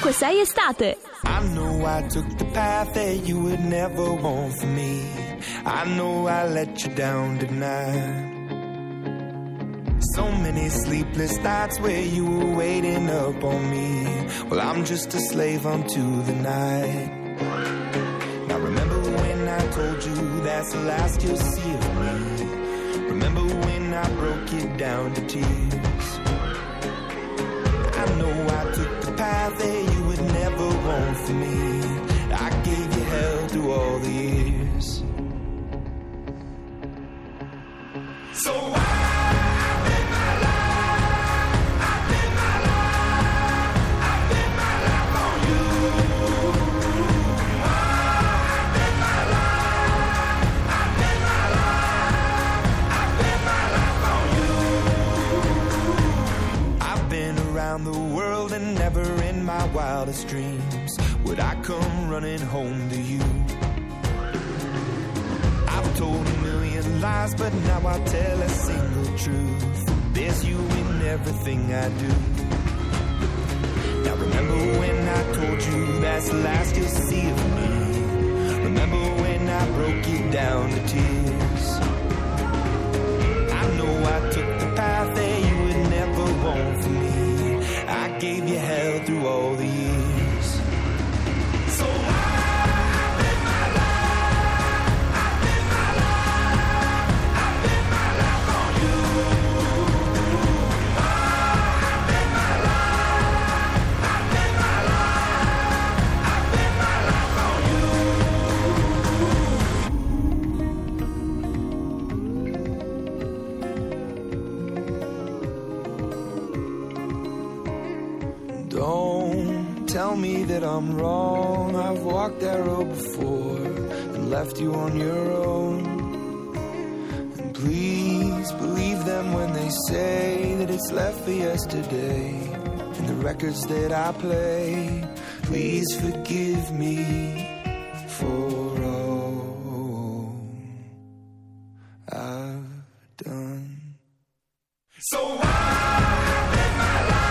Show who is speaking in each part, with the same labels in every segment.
Speaker 1: ovunque sei estate.
Speaker 2: I know I took the path that you would never want for me. I know I let you down tonight. So many sleepless nights where you were waiting up on me. Well, I'm just a slave unto the night. Now remember when I told you that's the last you'll see of me. Remember when I broke it down to tears. I know I took the path that you would never want for me. I gave you hell through all the years. So I live my life, I live my life, I live my life on you. I live my life, I live my life, I live my life on you. I've been around the world and never in my wildest dreams would I come running home to you. I've told a million lies, but now I tell a single truth. There's you in everything I do. Now remember when I told you that's the last you'll see of me. Remember when I broke it down to tears. I know I took the path that you would never want for me. I gave you hell through all the years. So I live my life, I live my life, I live my life on you. I live my life, I live my life, I live my life on you. Don't tell me that I'm wrong. I've walked that road before and left you on your own. And please believe them when they say that it's left for yesterday. And the records that I play, please forgive me for all I've done. So I live my life.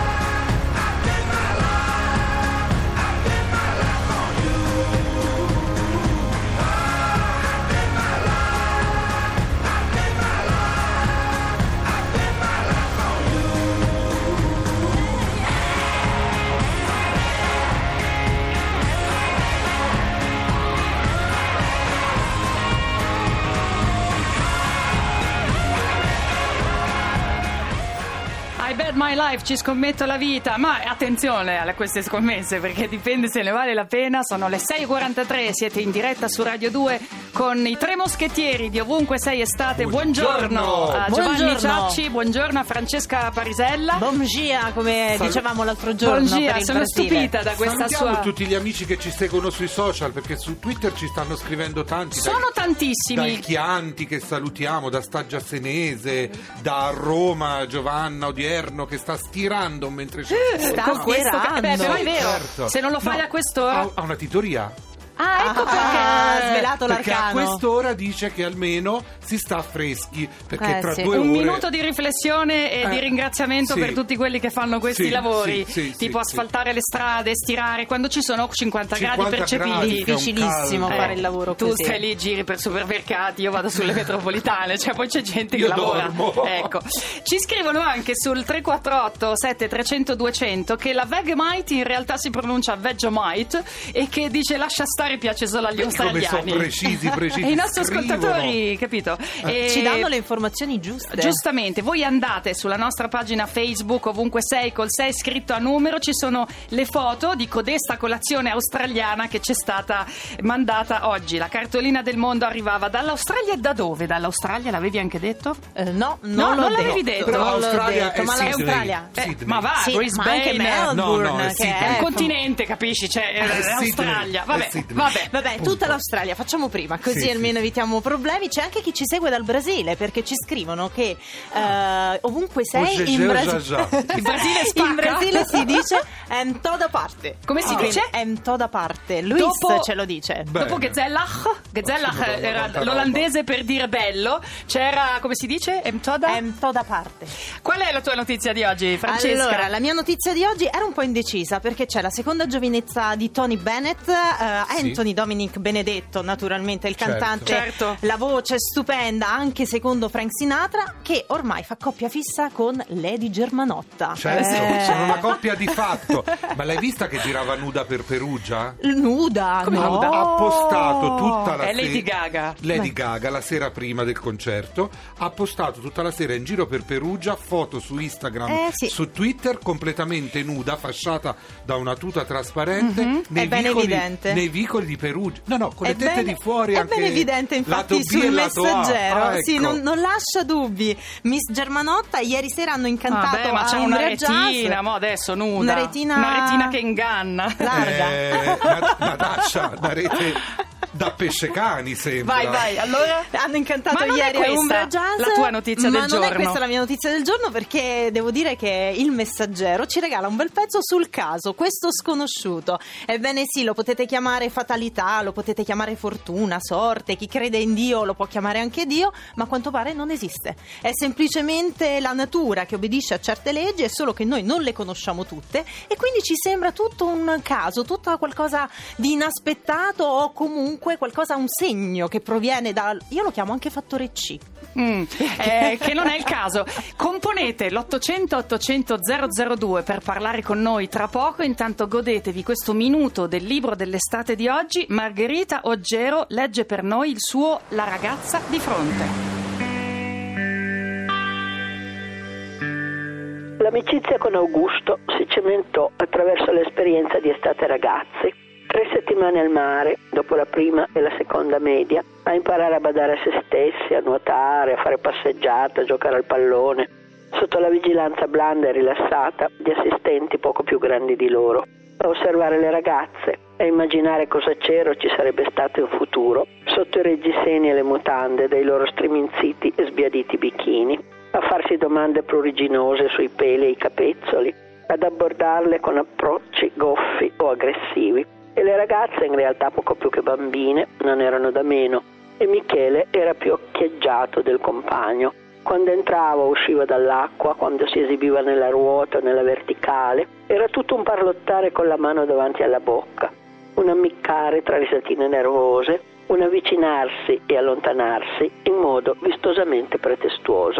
Speaker 3: I bet my life, ci scommetto la vita, ma attenzione a queste scommesse perché dipende se ne vale la pena. Sono le 6.43, siete in diretta su Radio 2 con i Tre Moschettieri di Ovunque Sei Estate. Buongiorno a Giovanni Ciacci, buongiorno a Francesca Parisella.
Speaker 4: Bongia, come dicevamo l'altro giorno.
Speaker 3: Bongia,
Speaker 4: per il
Speaker 3: sono
Speaker 4: Brasile.
Speaker 3: stupita da questa
Speaker 5: Salutiamo
Speaker 3: sua...
Speaker 5: tutti gli amici che ci seguono sui social, perché su Twitter ci stanno scrivendo tanti.
Speaker 3: Sono tantissimi.
Speaker 5: Dal Chianti che salutiamo, da Staggia Senese, da Roma Giovanna Odierno che sta stirando mentre ci
Speaker 4: Sta stirando.
Speaker 3: Però è vero,
Speaker 5: Certo.
Speaker 3: se non lo fai a quest'ora...
Speaker 5: ha una titoria.
Speaker 3: Ah, ecco perché...
Speaker 4: Ha svelato
Speaker 5: Perché a
Speaker 4: l'arcano.
Speaker 5: quest'ora dice che almeno si sta freschi, perché tra
Speaker 4: sì.
Speaker 5: 2 ore...
Speaker 3: Un minuto di riflessione e di ringraziamento
Speaker 5: sì.
Speaker 3: per tutti quelli che fanno questi
Speaker 5: Sì,
Speaker 3: lavori,
Speaker 5: sì,
Speaker 3: tipo
Speaker 5: sì,
Speaker 3: asfaltare le strade, stirare, quando ci sono 50 gradi
Speaker 5: 50
Speaker 3: percepiti.
Speaker 5: gradi, che è un
Speaker 4: Difficilissimo
Speaker 5: caldo.
Speaker 4: fare il lavoro
Speaker 3: Tu
Speaker 4: così.
Speaker 3: stai lì, giri per supermercati, io vado sulle metropolitane, cioè poi c'è gente che
Speaker 5: Io
Speaker 3: lavora.
Speaker 5: dormo.
Speaker 3: Ecco. Ci scrivono anche sul 348 7300 200 che la Vegemite in realtà si pronuncia Vegemite e che dice lascia stare, piace solo agli
Speaker 5: Come
Speaker 3: australiani.
Speaker 5: sono precisi,
Speaker 3: E i nostri
Speaker 5: scrivono.
Speaker 3: ascoltatori, capito? E
Speaker 4: Ci danno le informazioni giuste.
Speaker 3: giustamente, voi andate sulla nostra pagina Facebook Ovunque Sei col 6 scritto a numero, ci sono le foto di codesta colazione australiana che ci è stata mandata oggi. La cartolina del mondo arrivava dall'Australia. E da dove? Dall'Australia, l'avevi anche detto?
Speaker 4: No,
Speaker 3: No, non l'avevi detto.
Speaker 5: Però
Speaker 4: Non l'ho
Speaker 5: Australia
Speaker 4: detto,
Speaker 5: è
Speaker 4: ma
Speaker 5: Sydney.
Speaker 4: l'Australia.
Speaker 5: Sydney.
Speaker 3: Ma va,
Speaker 4: Sì, ma anche
Speaker 3: Brisbane.
Speaker 4: Melbourne,
Speaker 5: No, no, è
Speaker 4: che
Speaker 5: Sydney.
Speaker 3: È un
Speaker 4: è
Speaker 3: continente, capisci? Cioè, è
Speaker 5: Sydney,
Speaker 3: Australia.
Speaker 5: è
Speaker 3: Vabbè,
Speaker 5: Sydney.
Speaker 4: Vabbè, tutta l'Australia, facciamo prima, così
Speaker 5: Sì,
Speaker 4: almeno
Speaker 5: sì.
Speaker 4: evitiamo problemi. C'è anche chi ci segue dal Brasile, perché ci scrivono che ovunque sei in Brasile.
Speaker 3: Il Brasile spacca.
Speaker 4: In Brasile si dice em toda parte.
Speaker 3: Come si
Speaker 4: Quindi
Speaker 3: dice?
Speaker 4: Em toda parte. Luis
Speaker 3: Dopo-
Speaker 4: ce lo dice.
Speaker 5: Bene.
Speaker 3: Dopo Gezellig era
Speaker 5: tanta
Speaker 3: l'olandese per dire bello, c'era, come si dice? Emtoda?
Speaker 4: Em toda parte.
Speaker 3: Qual è la tua notizia di oggi, Francesca?
Speaker 4: Allora, la mia notizia di oggi era un po' indecisa, perché c'è la seconda giovinezza di Tony Bennett, Anthony Dominic Benedetto, naturalmente il
Speaker 5: Certo.
Speaker 4: cantante,
Speaker 3: Certo.
Speaker 4: la voce stupenda, anche secondo Frank Sinatra, che ormai fa coppia fissa con Lady Germanotta.
Speaker 5: Certo, sono una coppia di fatto. Ma l'hai vista che girava nuda per Perugia?
Speaker 4: Nuda,
Speaker 3: Come
Speaker 4: no.
Speaker 3: nuda?
Speaker 5: Ha postato tutta la
Speaker 3: È Lady
Speaker 5: sera.
Speaker 3: Gaga.
Speaker 5: Lady Gaga, la sera prima del concerto, ha postato tutta la sera in giro per Perugia foto su Instagram,
Speaker 4: Sì.
Speaker 5: su Twitter, completamente nuda, fasciata da una tuta trasparente
Speaker 4: È ben evidente.
Speaker 5: nei vicoli di Perugia. No, con
Speaker 4: È
Speaker 5: le tette
Speaker 4: ben-
Speaker 5: di fuori
Speaker 4: è
Speaker 5: anche
Speaker 4: ben evidente,
Speaker 5: lato
Speaker 4: infatti,
Speaker 5: B
Speaker 4: sul
Speaker 5: e lato A.
Speaker 4: Messaggero.
Speaker 5: Ah,
Speaker 4: Sì,
Speaker 5: ecco.
Speaker 4: non lascia dubbi. Miss Germanotta ieri sera hanno incantato
Speaker 3: Vabbè, ma c'è
Speaker 4: a
Speaker 3: una
Speaker 4: Umbria
Speaker 3: retina,
Speaker 4: Jazz.
Speaker 3: mo adesso nuda.
Speaker 4: Una retina-
Speaker 3: Una retina che inganna.
Speaker 4: Larga.
Speaker 5: Natascia, una rete da pescecani sembra.
Speaker 3: Vai, allora.
Speaker 4: Hanno incantato
Speaker 3: Ma non è
Speaker 4: ieri a
Speaker 3: questa
Speaker 4: Umbria Jazz.
Speaker 3: la tua notizia
Speaker 4: ma
Speaker 3: del
Speaker 4: non
Speaker 3: giorno.
Speaker 4: è questa la mia notizia del giorno, perché devo dire che il Messaggero ci regala un bel pezzo sul caso, questo sconosciuto. Ebbene sì, lo potete chiamare fatalità, lo potete chiamare fortuna, sorte, chi crede in Dio lo può chiamare anche Dio, ma a quanto pare non esiste. È semplicemente la natura che obbedisce a certe leggi, è solo che noi non le conosciamo tutte, e quindi ci sembra tutto un caso, tutto qualcosa di inaspettato, o comunque qualcosa, un segno che proviene da, io lo chiamo anche fattore C.
Speaker 3: Che non è il caso. Componete l'800 800 002 per parlare con noi tra poco. Intanto godetevi questo minuto del libro dell'estate di oggi. Margherita Oggero legge per noi il suo La ragazza di fronte.
Speaker 1: L'amicizia con Augusto si cementò attraverso l'esperienza di Estate Ragazzi. 3 settimane al mare, dopo la prima e la seconda media, a imparare a badare a se stessi, a nuotare, a fare passeggiate, a giocare al pallone, sotto la vigilanza blanda e rilassata di assistenti poco più grandi di loro, a osservare le ragazze, a immaginare cosa c'era o ci sarebbe stato in futuro, sotto i reggiseni e le mutande dei loro striminziti e sbiaditi bikini, a farsi domande pruriginose sui peli e i capezzoli, ad abbordarle con approcci goffi o aggressivi. E le ragazze, in realtà poco più che bambine, non erano da meno, e Michele era più occhieggiato del compagno. Quando entrava o usciva dall'acqua, quando si esibiva nella ruota o nella verticale, era tutto un parlottare con la mano davanti alla bocca, un ammiccare tra risatine nervose, un avvicinarsi e allontanarsi in modo vistosamente pretestuoso.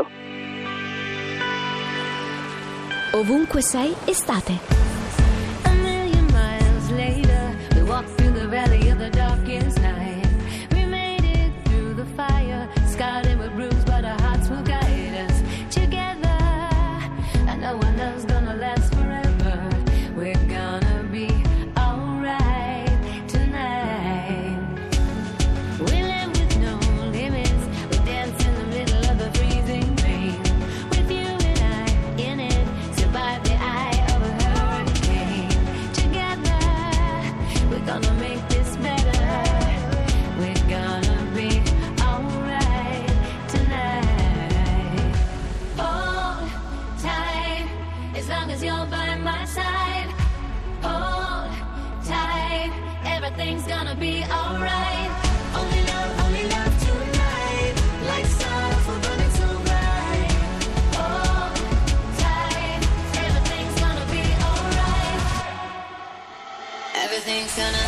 Speaker 6: Ovunque sei, estate.
Speaker 7: A million miles later, we walked through the valley of the darkest night. We made it through the fire, scarred and we're bruised, but our hearts will guide us together. I know our love's gonna last forever. We're gonna be alright tonight. We live with no limits. We dance in the middle of the freezing rain. With you and I in it, survive the eye of a hurricane. Together, we're gonna make this better. We're gonna be alright tonight. Hold tight, as long as you're by my side. Hold tight, everything's gonna be alright. Only love tonight, like stars will burning so bright. Hold tight, everything's gonna be alright. Everything's gonna.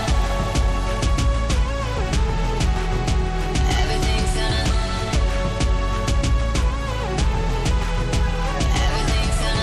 Speaker 7: Everything's gonna. Everything's gonna.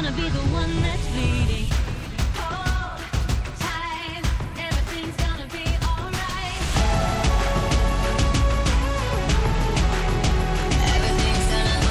Speaker 7: gonna be the one that's bleeding. Hold tight, everything's gonna be alright. Everything's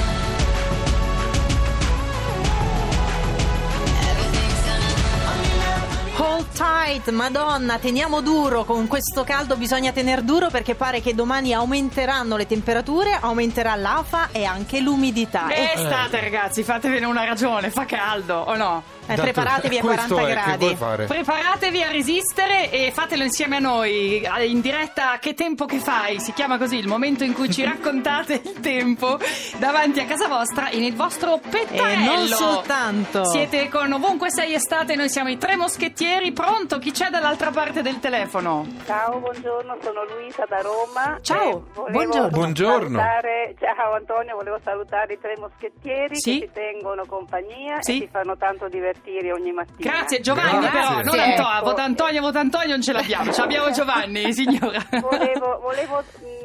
Speaker 7: gonna
Speaker 4: Hold tight, Madonna, teniamo duro. Con questo caldo bisogna tener duro, perché pare che domani aumenteranno le temperature, aumenterà l'afa e anche l'umidità.
Speaker 3: È estate, ragazzi, fatevene una ragione, fa caldo o no?
Speaker 4: Preparatevi a 40
Speaker 5: Questo è,
Speaker 4: gradi.
Speaker 5: che vuoi fare?
Speaker 3: Preparatevi a resistere e fatelo insieme a noi in diretta. Che tempo che fai? Si chiama così il momento in cui ci raccontate il tempo davanti a casa vostra in il vostro pettarello.
Speaker 4: E non soltanto.
Speaker 3: Siete con Ovunque Sei Estate, noi siamo i Tre Moschettieri. Pronto? Chi c'è dall'altra parte del telefono?
Speaker 8: Ciao, buongiorno, sono Luisa da Roma.
Speaker 3: Ciao,
Speaker 8: Volevo
Speaker 5: buongiorno.
Speaker 8: Ciao Antonio, volevo salutare i Tre Moschettieri
Speaker 3: Sì.
Speaker 8: che ci tengono compagnia
Speaker 3: Sì.
Speaker 8: e ci fanno tanto divertire ogni mattina.
Speaker 3: Grazie Giovanni.
Speaker 5: Grazie.
Speaker 3: Però non
Speaker 4: Ecco.
Speaker 3: vota Antonio non ce l'abbiamo. Ci abbiamo Giovanni, signora.
Speaker 8: Volevo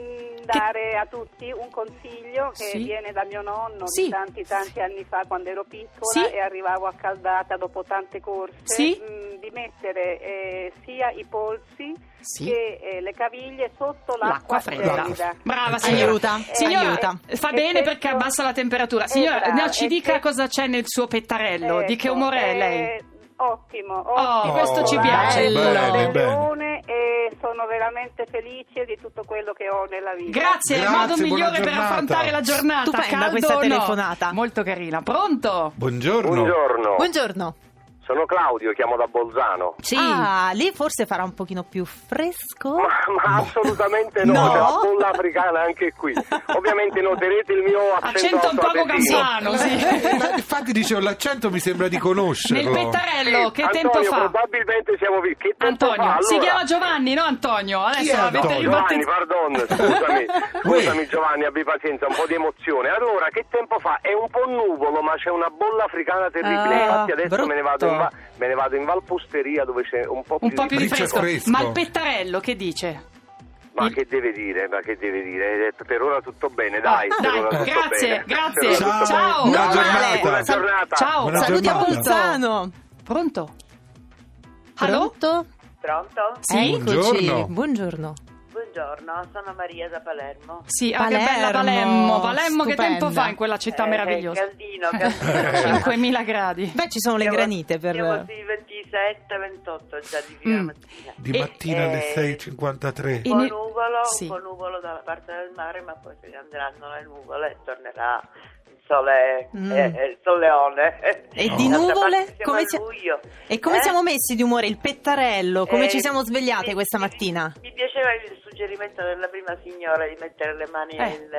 Speaker 8: dare a tutti un consiglio che
Speaker 3: Sì.
Speaker 8: viene da mio nonno
Speaker 3: Sì.
Speaker 8: di tanti anni fa, quando ero piccola
Speaker 3: Sì.
Speaker 8: e arrivavo accaldata dopo tante corse,
Speaker 3: Sì.
Speaker 8: di mettere sia i polsi
Speaker 3: Sì.
Speaker 8: che le caviglie sotto
Speaker 3: L'acqua
Speaker 8: l'acqua
Speaker 3: fredda.
Speaker 8: gelida.
Speaker 3: Brava signora.
Speaker 4: Aiuta.
Speaker 3: Signora,
Speaker 4: Aiuta.
Speaker 3: fa
Speaker 8: E
Speaker 3: bene
Speaker 8: questo-
Speaker 3: perché abbassa la temperatura. Signora,
Speaker 8: Esatto,
Speaker 3: no, ci
Speaker 8: e
Speaker 3: dica
Speaker 8: questo-
Speaker 3: cosa c'è nel suo pettarello. Di che umore è lei?
Speaker 8: Ottimo,
Speaker 3: Oh, questo ci piace.
Speaker 5: Bene,
Speaker 8: bene. E sono veramente felice di tutto quello che ho nella vita.
Speaker 3: Grazie, il
Speaker 5: Grazie,
Speaker 3: modo
Speaker 5: buona
Speaker 3: migliore per
Speaker 5: giornata.
Speaker 3: affrontare la giornata.
Speaker 4: Stupenda
Speaker 3: Caldo
Speaker 4: questa
Speaker 3: o no?
Speaker 4: telefonata.
Speaker 3: Molto carina. Pronto?
Speaker 5: Buongiorno.
Speaker 9: Buongiorno,
Speaker 4: Buongiorno.
Speaker 9: sono Claudio, chiamo da Bolzano.
Speaker 3: Sì.
Speaker 4: Ah, lì forse farà un pochino più fresco.
Speaker 9: Ma assolutamente no,
Speaker 4: No?
Speaker 9: c'è la bolla africana anche qui. Ovviamente noterete il mio
Speaker 3: Accento un poco
Speaker 9: altoatesino.
Speaker 3: campano, sì.
Speaker 5: Infatti dicevo, l'accento mi sembra di conoscerlo.
Speaker 3: Nel pettarello, che
Speaker 9: Antonio,
Speaker 3: tempo fa?
Speaker 9: probabilmente siamo visti. Che tempo
Speaker 3: Antonio,
Speaker 9: fa?
Speaker 3: si
Speaker 9: Allora,
Speaker 3: chiama Giovanni, no Antonio?
Speaker 5: Chi
Speaker 3: Adesso
Speaker 5: è
Speaker 3: avete
Speaker 5: Antonio?
Speaker 9: Giovanni,
Speaker 3: ribattezzito.
Speaker 9: pardon, scusami Giovanni, abbi pazienza, un po' di emozione. Allora, che tempo fa? È un po' nuvolo, ma c'è una bolla africana terribile. Infatti adesso me ne vado in Valposteria, dove c'è un po' più
Speaker 3: Un po' più di
Speaker 5: Lì c'è
Speaker 3: fresco.
Speaker 5: fresco.
Speaker 3: Ma il pettarello, che dice?
Speaker 9: Ma che deve dire? Per ora tutto bene, dai. per
Speaker 3: Dai,
Speaker 9: ora tutto
Speaker 3: grazie,
Speaker 9: bene.
Speaker 3: grazie.
Speaker 9: Per ora tutto
Speaker 3: Ciao.
Speaker 9: bene.
Speaker 5: Buona
Speaker 9: Ciao,
Speaker 5: giornata.
Speaker 9: buona giornata.
Speaker 3: Ciao.
Speaker 5: Buona
Speaker 4: Saluti a
Speaker 5: giornata.
Speaker 4: Bolzano.
Speaker 3: Pronto? Allo?
Speaker 4: Pronto?
Speaker 10: Pronto?
Speaker 3: Sì?
Speaker 4: Eccoci.
Speaker 5: Buongiorno.
Speaker 4: Buongiorno.
Speaker 10: Buongiorno, sono Maria da Palermo.
Speaker 3: Sì, che bella
Speaker 4: Palermo.
Speaker 3: Palermo, che tempo
Speaker 4: Stupenda.
Speaker 3: fa in quella città meravigliosa?
Speaker 10: Caldino.
Speaker 3: 5.000 gradi.
Speaker 4: Beh, ci sono le granite per...
Speaker 10: Siamo sui 27, 28 già di fine mattina.
Speaker 5: Di mattina alle 6.53.
Speaker 3: E
Speaker 10: Un
Speaker 3: ne-
Speaker 10: po' nuvolo,
Speaker 3: Sì.
Speaker 10: un po' nuvolo dalla parte del mare, ma poi se ne andranno le nuvole e tornerà il sole, il soleone.
Speaker 4: E di
Speaker 10: D'altra
Speaker 4: nuvole?
Speaker 10: parte siamo
Speaker 4: Come
Speaker 10: a
Speaker 4: si-
Speaker 10: luglio.
Speaker 4: E come siamo messi di umore? Il pettarello, come ci siamo
Speaker 10: mi-
Speaker 4: svegliate questa mattina?
Speaker 10: Mi piaceva il suggerimento della prima signora di mettere le mani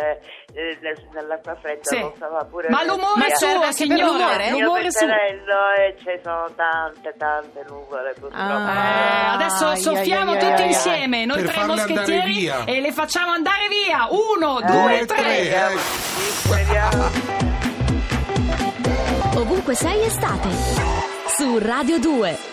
Speaker 10: nell'acqua fredda,
Speaker 3: Sì.
Speaker 10: lo usava pure
Speaker 3: Ma
Speaker 10: mia
Speaker 3: l'umore
Speaker 10: zia.
Speaker 3: suo,
Speaker 4: serve anche per
Speaker 3: signora.
Speaker 4: l'umore?
Speaker 10: Il mio
Speaker 3: L'umore suo.
Speaker 10: pettarello e ci sono tante nuvole purtroppo.
Speaker 3: Adesso
Speaker 4: Ai,
Speaker 3: soffiamo
Speaker 4: ai, ai,
Speaker 3: tutti
Speaker 4: ai,
Speaker 3: insieme, noi
Speaker 5: Per
Speaker 3: tre
Speaker 5: farle andare
Speaker 3: moschettieri,
Speaker 5: via.
Speaker 3: e le facciamo andare via. 1, 2, 3.
Speaker 10: Speriamo.
Speaker 6: Ovunque Sei Estate. Su Radio 2.